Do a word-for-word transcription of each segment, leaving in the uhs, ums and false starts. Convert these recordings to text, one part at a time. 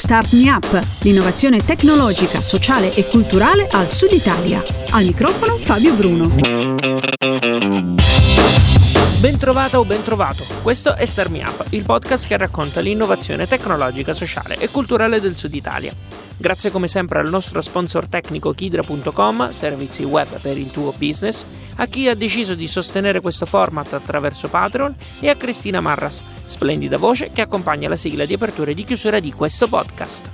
Start Me Up, l'innovazione tecnologica, sociale e culturale al Sud Italia. Al microfono Fabio Bruno. Bentrovata o bentrovato, questo è Start Me Up, il podcast che racconta l'innovazione tecnologica, sociale e culturale del Sud Italia. Grazie come sempre al nostro sponsor tecnico Kidra punto com, servizi web per il tuo business, a chi ha deciso di sostenere questo format attraverso Patreon e a Cristina Marras, splendida voce che accompagna la sigla di apertura e di chiusura di questo podcast.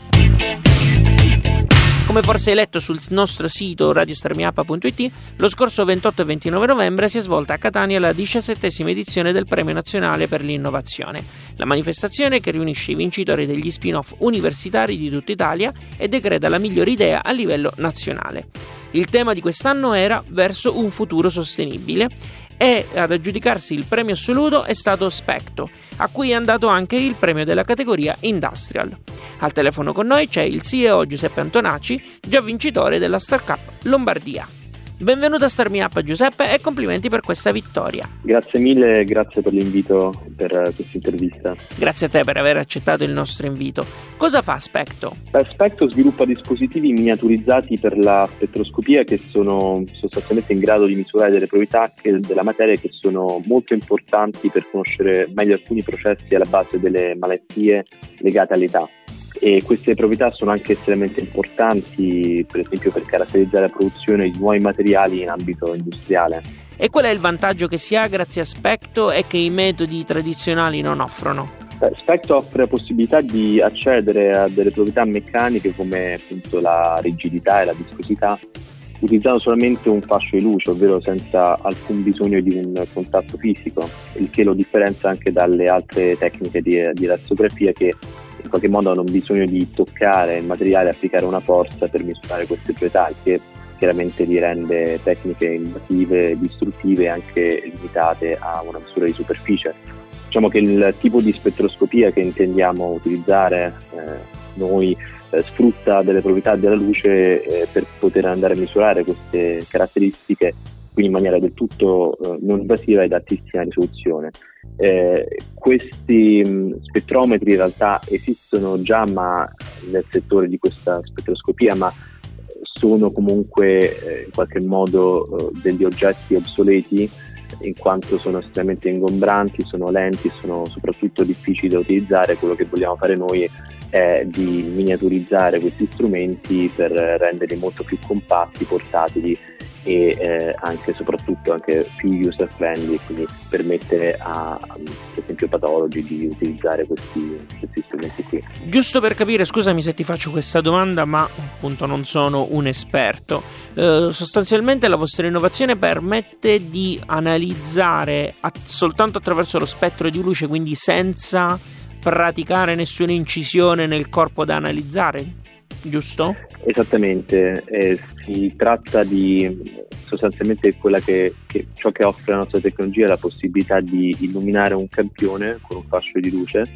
Come forse hai letto sul nostro sito radio star me up punto it, lo scorso ventotto e ventinove novembre si è svolta a Catania la diciassettesima edizione del Premio Nazionale per l'Innovazione, la manifestazione che riunisce i vincitori degli spin-off universitari di tutta Italia e decreta la migliore idea a livello nazionale. Il tema di quest'anno era Verso un futuro sostenibile e ad aggiudicarsi il premio assoluto è stato Specto, a cui è andato anche il premio della categoria Industrial. Al telefono con noi c'è il C E O Giuseppe Antonacci, già vincitore della Startup Lombardia. Benvenuto a Start Me Up Giuseppe e complimenti per questa vittoria. Grazie mille, grazie per l'invito per questa intervista. Grazie a te per aver accettato il nostro invito. Cosa fa Specto? Specto sviluppa dispositivi miniaturizzati per la spettroscopia che sono sostanzialmente in grado di misurare delle proprietà della materia che sono molto importanti per conoscere meglio alcuni processi alla base delle malattie legate all'età. E queste proprietà sono anche estremamente importanti, per esempio per caratterizzare la produzione di nuovi materiali in ambito industriale. E qual è il vantaggio che si ha grazie a Specto e che i metodi tradizionali non offrono? Specto offre la possibilità di accedere a delle proprietà meccaniche come appunto la rigidità e la viscosità utilizzando solamente un fascio di luce, ovvero senza alcun bisogno di un contatto fisico, il che lo differenzia anche dalle altre tecniche di, di rassografia che in qualche modo hanno bisogno di toccare il materiale e applicare una forza per misurare queste proprietà, che chiaramente li rende tecniche invasive, distruttive e anche limitate a una misura di superficie. Diciamo che il tipo di spettroscopia che intendiamo utilizzare eh, noi eh, sfrutta delle proprietà della luce eh, per poter andare a misurare queste caratteristiche, quindi in maniera del tutto eh, non invasiva ed altissima risoluzione. Eh, questi mh, spettrometri in realtà esistono già ma nel settore di questa spettroscopia, ma sono comunque eh, in qualche modo eh, degli oggetti obsoleti, in quanto sono estremamente ingombranti, sono lenti, sono soprattutto difficili da utilizzare. Quello che vogliamo fare noi è di miniaturizzare questi strumenti per renderli molto più compatti, portatili e eh, anche soprattutto anche più user friendly, quindi permettere a, a per esempio patologi di utilizzare questi, questi strumenti qui. Giusto per capire, scusami se ti faccio questa domanda, ma appunto non sono un esperto. Eh, sostanzialmente la vostra innovazione permette di analizzare a, soltanto attraverso lo spettro di luce, quindi senza praticare nessuna incisione nel corpo da analizzare, giusto? Esattamente, eh, si tratta di sostanzialmente quella che, che ciò che offre la nostra tecnologia è la possibilità di illuminare un campione con un fascio di luce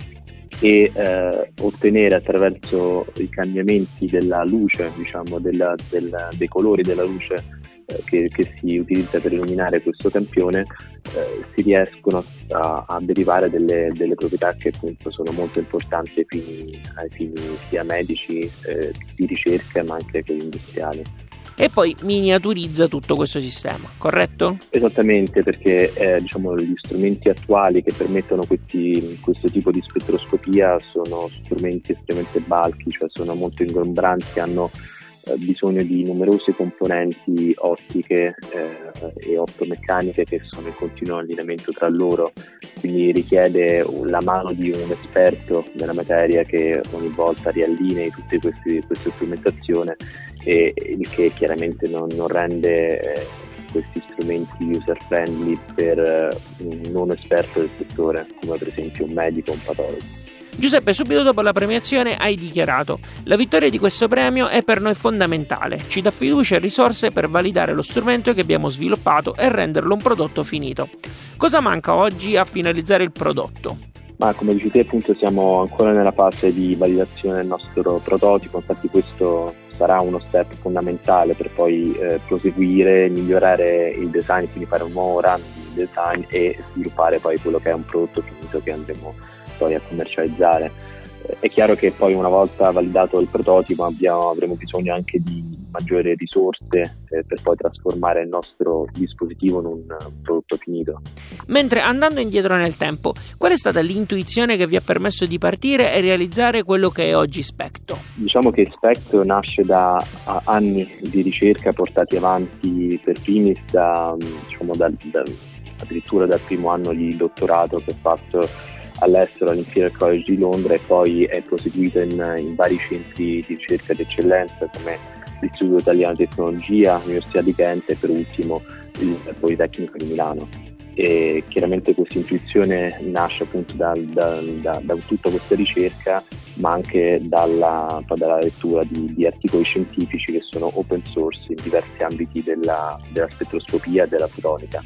e eh, ottenere attraverso i cambiamenti della luce, diciamo della, della, dei colori della luce eh, che, che si utilizza per illuminare questo campione, eh, si riescono a, a derivare delle, delle proprietà che appunto sono molto importanti ai fini, ai fini sia medici, eh, di ricerca ma anche quelli industriali. E poi miniaturizza tutto questo sistema, corretto? Esattamente, perché eh, diciamo gli strumenti attuali che permettono questi, questo tipo di spettroscopia sono strumenti estremamente bulky, cioè sono molto ingombranti, hanno eh, bisogno di numerose componenti ottiche eh, e optomeccaniche che sono in continuo allineamento tra loro, quindi richiede la mano di un esperto della materia che ogni volta riallinei tutte queste, queste strumentazioni, e il che chiaramente non, non rende eh, questi strumenti user friendly per eh, un non esperto del settore come per esempio un medico o un patologo. Giuseppe, subito dopo la premiazione hai dichiarato: la vittoria di questo premio è per noi fondamentale, ci dà fiducia e risorse per validare lo strumento che abbiamo sviluppato e renderlo un prodotto finito. Cosa manca oggi a finalizzare il prodotto? Ma come dici te, appunto, siamo ancora nella fase di validazione del nostro prototipo, infatti questo sarà uno step fondamentale per poi eh, proseguire, migliorare il design, quindi fare un nuovo run di design e sviluppare poi quello che è un prodotto finito che andremo poi a commercializzare. È chiaro che poi una volta validato il prototipo abbiamo, avremo bisogno anche di maggiori risorse eh, per poi trasformare il nostro dispositivo in un prodotto finito. Mentre andando indietro nel tempo, qual è stata l'intuizione che vi ha permesso di partire e realizzare quello che è oggi Specto? Diciamo che Specto nasce da anni di ricerca portati avanti per primis da, diciamo, da, da, addirittura dal primo anno di dottorato che ho fatto all'estero all'Imperial College di Londra e poi è proseguito in, in vari centri di ricerca d'eccellenza come l'Istituto Italiano di Tecnologia, l'Università di Kent e per ultimo il Politecnico di Milano. E chiaramente questa intuizione nasce appunto da, da, da, da tutta questa ricerca, ma anche dalla, dalla lettura di, di articoli scientifici che sono open source in diversi ambiti della, della spettroscopia e della fotonica.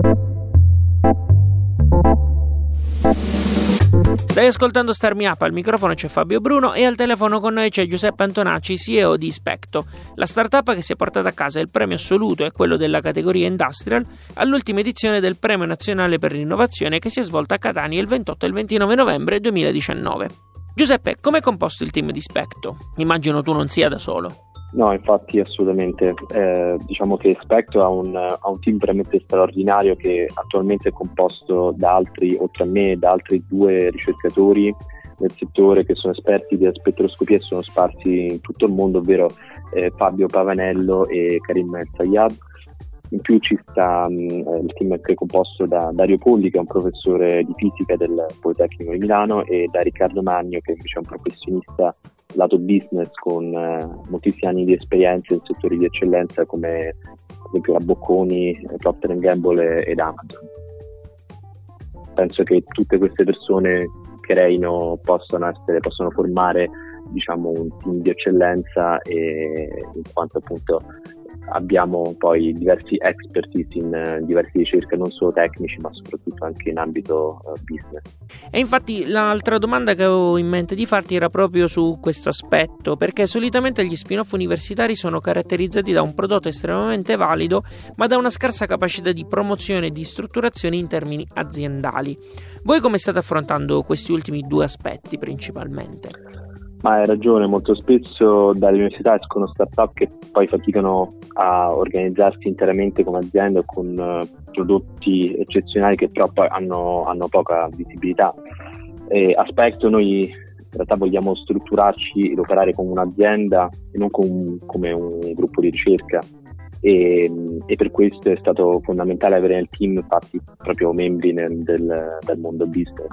Stai ascoltando Start Me Up, al microfono c'è Fabio Bruno e al telefono con noi c'è Giuseppe Antonacci, C E O di Specto, la startup che si è portata a casa il premio assoluto e quello della categoria Industrial all'ultima edizione del Premio Nazionale per l'Innovazione che si è svolta a Catania il ventotto e il ventinove novembre duemiladiciannove. Giuseppe, com'è composto il team di Specto? Immagino tu non sia da solo. No, infatti assolutamente. Eh, diciamo che Specto ha un, ha un team veramente straordinario che attualmente è composto da altri, oltre a me, da altri due ricercatori nel settore che sono esperti di spettroscopia e sono sparsi in tutto il mondo, ovvero eh, Fabio Pavanello e Karim El-Sayad. In più ci sta mh, il team che è composto da Dario Polli, che è un professore di fisica del Politecnico di Milano, e da Riccardo Magno, che invece è un professionista lato business con eh, moltissimi anni di esperienza in settori di eccellenza come ad esempio la Bocconi, Procter and Gamble ed Amazon. Penso che tutte queste persone creino possano essere possono formare diciamo un team di eccellenza, e in quanto appunto abbiamo poi diversi expertise in uh, diverse ricerche non solo tecnici ma soprattutto anche in ambito uh, business. E infatti l'altra domanda che avevo in mente di farti era proprio su questo aspetto, perché solitamente gli spin-off universitari sono caratterizzati da un prodotto estremamente valido ma da una scarsa capacità di promozione e di strutturazione in termini aziendali. Voi come state affrontando questi ultimi due aspetti principalmente? Ma hai ragione, molto spesso dalle università escono start-up che poi faticano a organizzarsi interamente come azienda con uh, prodotti eccezionali che però poi hanno, hanno poca visibilità. E a Specto noi in realtà vogliamo strutturarci ed operare come un'azienda e non com- come un gruppo di ricerca, e, e per questo è stato fondamentale avere nel team infatti proprio membri nel, del, del mondo business.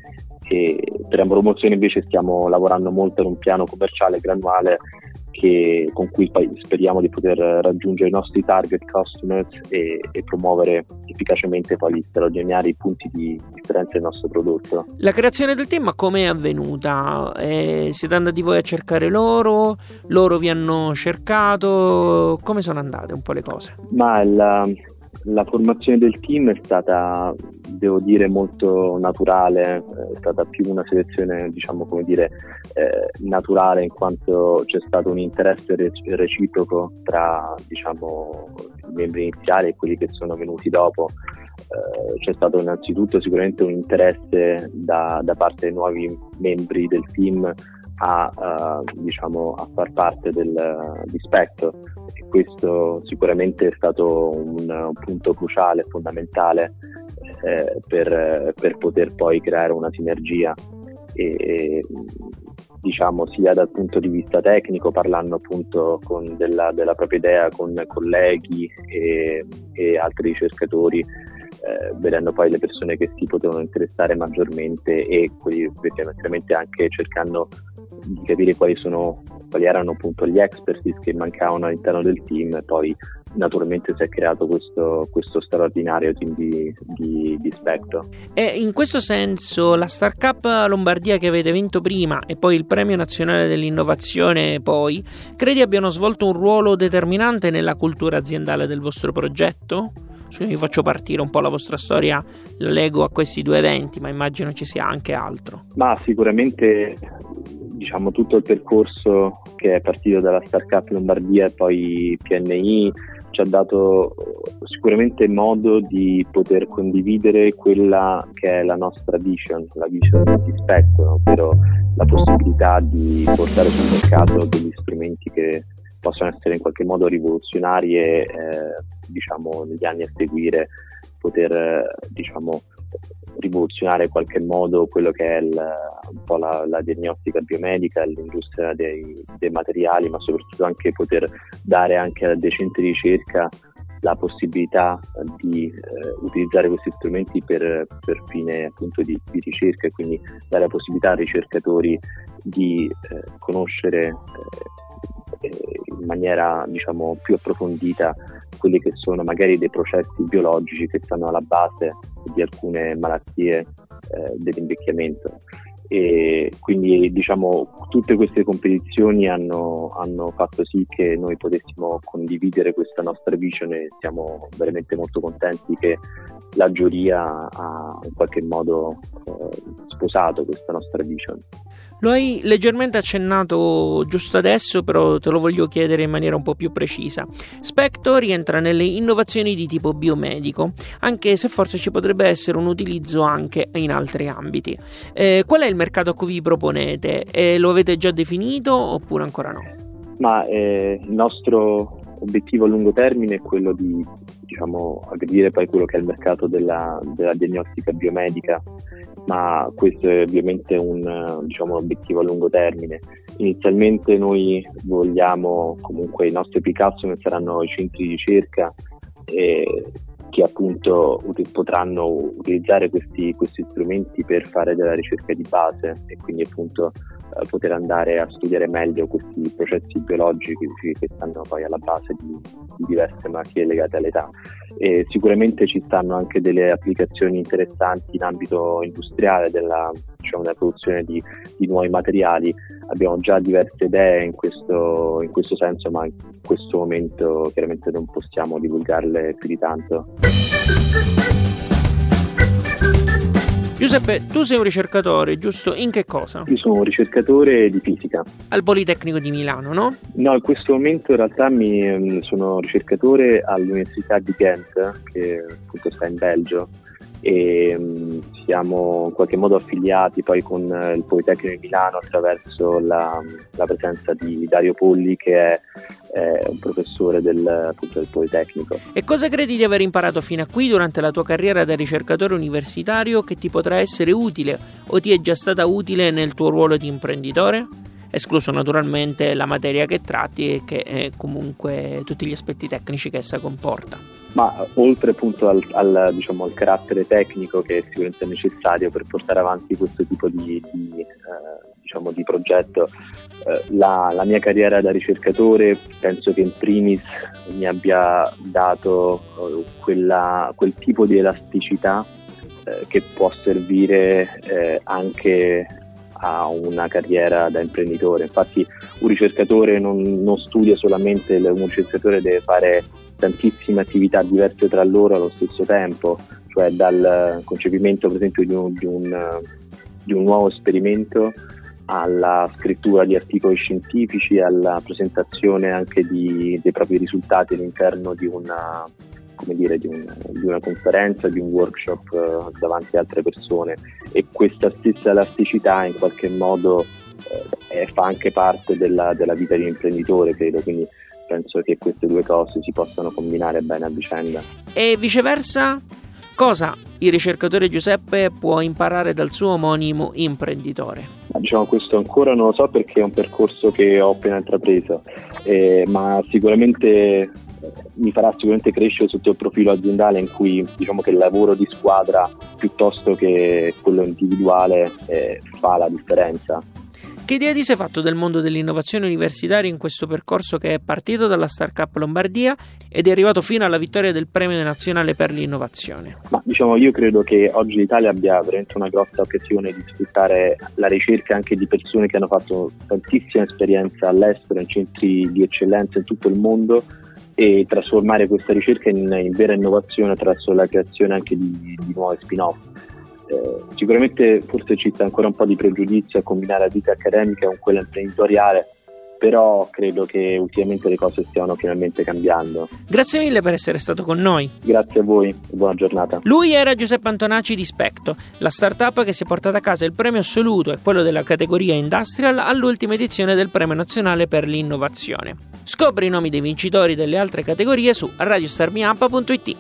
E per la promozione invece stiamo lavorando molto in un piano commerciale graduale che, con cui poi speriamo di poter raggiungere i nostri target customers e, e promuovere efficacemente poi gli straordinari punti di differenza del nostro prodotto. La creazione del team come è avvenuta? Eh, siete andati voi a cercare loro? Loro vi hanno cercato? Come sono andate un po' le cose? Ma la, la formazione del team è stata, devo dire, molto naturale, è stata più una selezione, diciamo, come dire, eh, naturale, in quanto c'è stato un interesse reciproco tra, diciamo, i membri iniziali e quelli che sono venuti dopo. Eh, c'è stato innanzitutto sicuramente un interesse da, da parte dei nuovi membri del team a, uh, diciamo, a far parte del uh, di Specto, e questo sicuramente è stato un, un punto cruciale, fondamentale eh, per, per poter poi creare una sinergia, e, diciamo sia dal punto di vista tecnico, parlando appunto con della, della propria idea con colleghi e, e altri ricercatori, Eh, vedendo poi le persone che si potevano interessare maggiormente e quelli chiaramente anche cercando di capire quali sono quali erano appunto gli expertise che mancavano all'interno del team, e poi naturalmente si è creato questo, questo straordinario team di, di, di Specto. E in questo senso la Startup Lombardia che avete vinto prima e poi il Premio Nazionale dell'Innovazione poi, credi abbiano svolto un ruolo determinante nella cultura aziendale del vostro progetto? Se vi faccio partire un po' la vostra storia, la leggo a questi due eventi, ma immagino ci sia anche altro. Ma sicuramente, diciamo, tutto il percorso che è partito dalla Startup Lombardia e poi P N I ci ha dato sicuramente modo di poter condividere quella che è la nostra vision, la vision di Specto, ovvero la possibilità di portare sul mercato degli strumenti che possono essere in qualche modo rivoluzionari e eh, diciamo negli anni a seguire poter eh, diciamo rivoluzionare in qualche modo quello che è il, un po' la, la diagnostica biomedica, l'industria dei, dei materiali, ma soprattutto anche poter dare anche a dei centri di ricerca la possibilità di eh, utilizzare questi strumenti per, per fine appunto di, di ricerca, e quindi dare la possibilità ai ricercatori di eh, conoscere eh, in maniera diciamo più approfondita quelli che sono magari dei processi biologici che stanno alla base di alcune malattie eh, dell'invecchiamento. E quindi diciamo tutte queste competizioni hanno, hanno fatto sì che noi potessimo condividere questa nostra vision, e siamo veramente molto contenti che la giuria ha in qualche modo eh, sposato questa nostra vision. Lo hai leggermente accennato giusto adesso, però te lo voglio chiedere in maniera un po' più precisa. Specto rientra nelle innovazioni di tipo biomedico, anche se forse ci potrebbe essere un utilizzo anche in altri ambiti. Eh, qual è il mercato a cui vi proponete? Eh, lo avete già definito oppure ancora no? Ma eh, il nostro obiettivo a lungo termine è quello di diciamo aggredire poi quello che è il mercato della, della diagnostica biomedica, ma questo è ovviamente un, diciamo, un obiettivo a lungo termine. Inizialmente noi vogliamo, comunque i nostri applicazioni saranno i centri di ricerca eh, che appunto ut- potranno utilizzare questi, questi strumenti per fare della ricerca di base, e quindi appunto eh, poter andare a studiare meglio questi processi biologici che stanno poi alla base di, di diverse malattie legate all'età. E sicuramente ci stanno anche delle applicazioni interessanti in ambito industriale della, diciamo, della produzione di, di nuovi materiali. Abbiamo già diverse idee in questo, in questo senso, ma in questo momento chiaramente non possiamo divulgarle più di tanto. Giuseppe, tu sei un ricercatore, giusto? In che cosa? Io sono un ricercatore di fisica. Al Politecnico di Milano, no? No, in questo momento in realtà mi, sono ricercatore all'Università di Ghent, che appunto sta in Belgio, e um, siamo in qualche modo affiliati poi con uh, il Politecnico di Milano attraverso la, la presenza di Dario Polli, che è è un professore del, appunto, del Politecnico. E cosa credi di aver imparato fino a qui durante la tua carriera da ricercatore universitario che ti potrà essere utile o ti è già stata utile nel tuo ruolo di imprenditore? Escluso naturalmente la materia che tratti e che è comunque tutti gli aspetti tecnici che essa comporta. Ma oltre appunto al, al, diciamo, al carattere tecnico che sicuramente è necessario per portare avanti questo tipo di, di, eh, diciamo, di progetto, eh, la, la mia carriera da ricercatore penso che in primis mi abbia dato eh, quella, quel tipo di elasticità eh, che può servire eh, anche a una carriera da imprenditore. Infatti un ricercatore non, non studia solamente, un ricercatore deve fare tantissime attività diverse tra loro allo stesso tempo, cioè dal concepimento per esempio di un, di un, di un nuovo esperimento alla scrittura di articoli scientifici, alla presentazione anche di, dei propri risultati all'interno di una, come dire, di, un, di una conferenza, di un workshop eh, davanti a altre persone, e questa stessa elasticità in qualche modo eh, fa anche parte della, della vita di un imprenditore, credo, quindi penso che queste due cose si possano combinare bene a vicenda. E viceversa, cosa il ricercatore Giuseppe può imparare dal suo omonimo imprenditore? Ma diciamo questo ancora non lo so, perché è un percorso che ho appena intrapreso, eh, ma sicuramente mi farà sicuramente crescere sotto il profilo aziendale, in cui diciamo che il lavoro di squadra piuttosto che quello individuale eh, fa la differenza. Che idea ti sei fatto del mondo dell'innovazione universitaria in questo percorso che è partito dalla Startup Lombardia ed è arrivato fino alla vittoria del Premio Nazionale per l'Innovazione? Ma diciamo, io credo che oggi l'Italia abbia veramente una grossa occasione di sfruttare la ricerca anche di persone che hanno fatto tantissima esperienza all'estero, in centri di eccellenza in tutto il mondo, e trasformare questa ricerca in, in vera innovazione attraverso la creazione anche di, di nuovi spin-off. Eh, sicuramente forse ci sta ancora un po' di pregiudizio a combinare la vita accademica con quella imprenditoriale, però credo che ultimamente le cose stiano finalmente cambiando. Grazie mille per essere stato con noi. Grazie a voi, buona giornata. Lui era Giuseppe Antonacci di Specto, la startup che si è portata a casa il premio assoluto e quello della categoria Industrial all'ultima edizione del Premio Nazionale per l'Innovazione. Scopri i nomi dei vincitori delle altre categorie su radio star me up punto it.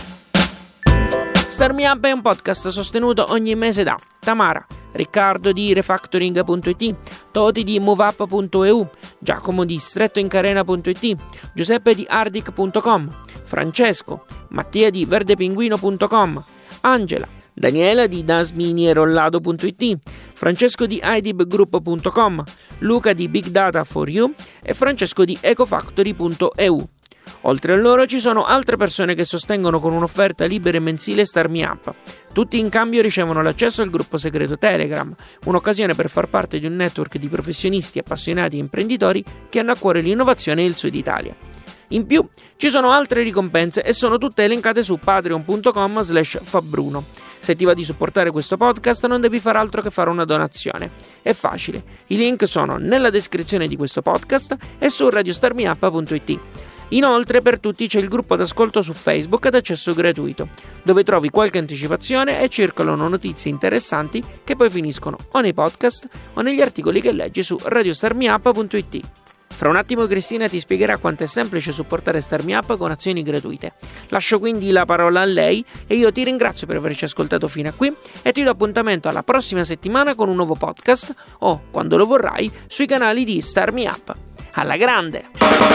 Start Me Up è un podcast sostenuto ogni mese da Tamara, Riccardo di refactoring punto it, Toti di moveup punto e u, Giacomo di strettoincarena punto it, Giuseppe di ardic punto com, Francesco, Mattia di verdepinguino punto com, Angela, Daniela di dasminierrollado punto it, Francesco di idibgroup punto com, Luca di Big Data for You e Francesco di ecofactory punto e u. Oltre a loro ci sono altre persone che sostengono con un'offerta libera e mensile Start Me Up. Tutti in cambio ricevono l'accesso al gruppo segreto Telegram, un'occasione per far parte di un network di professionisti, appassionati e imprenditori che hanno a cuore l'innovazione e il Sud Italia. In più ci sono altre ricompense e sono tutte elencate su patreon punto com slash fabbruno. Se ti va di supportare questo podcast non devi fare altro che fare una donazione. È facile, i link sono nella descrizione di questo podcast e su radio star me up punto it. Inoltre per tutti c'è il gruppo d'ascolto su Facebook ad accesso gratuito, dove trovi qualche anticipazione e circolano notizie interessanti che poi finiscono o nei podcast o negli articoli che leggi su radio star me up punto it. Fra un attimo Cristina ti spiegherà quanto è semplice supportare Start Me Up con azioni gratuite. Lascio quindi la parola a lei e io ti ringrazio per averci ascoltato fino a qui e ti do appuntamento alla prossima settimana con un nuovo podcast o, quando lo vorrai, sui canali di Start Me Up. Alla grande!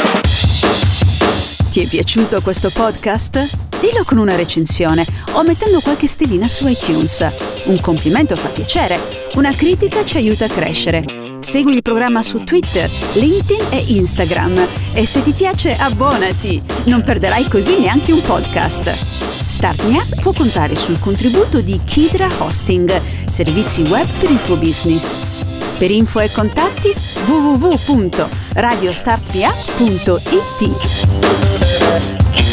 Ti è piaciuto questo podcast? Dillo con una recensione o mettendo qualche stellina su iTunes. Un complimento fa piacere, una critica ci aiuta a crescere. Segui il programma su Twitter, LinkedIn e Instagram e se ti piace abbonati, non perderai così neanche un podcast. Start Me Up può contare sul contributo di Kidra Hosting, servizi web per il tuo business. Per info e contatti w w w punto radio start me up punto it.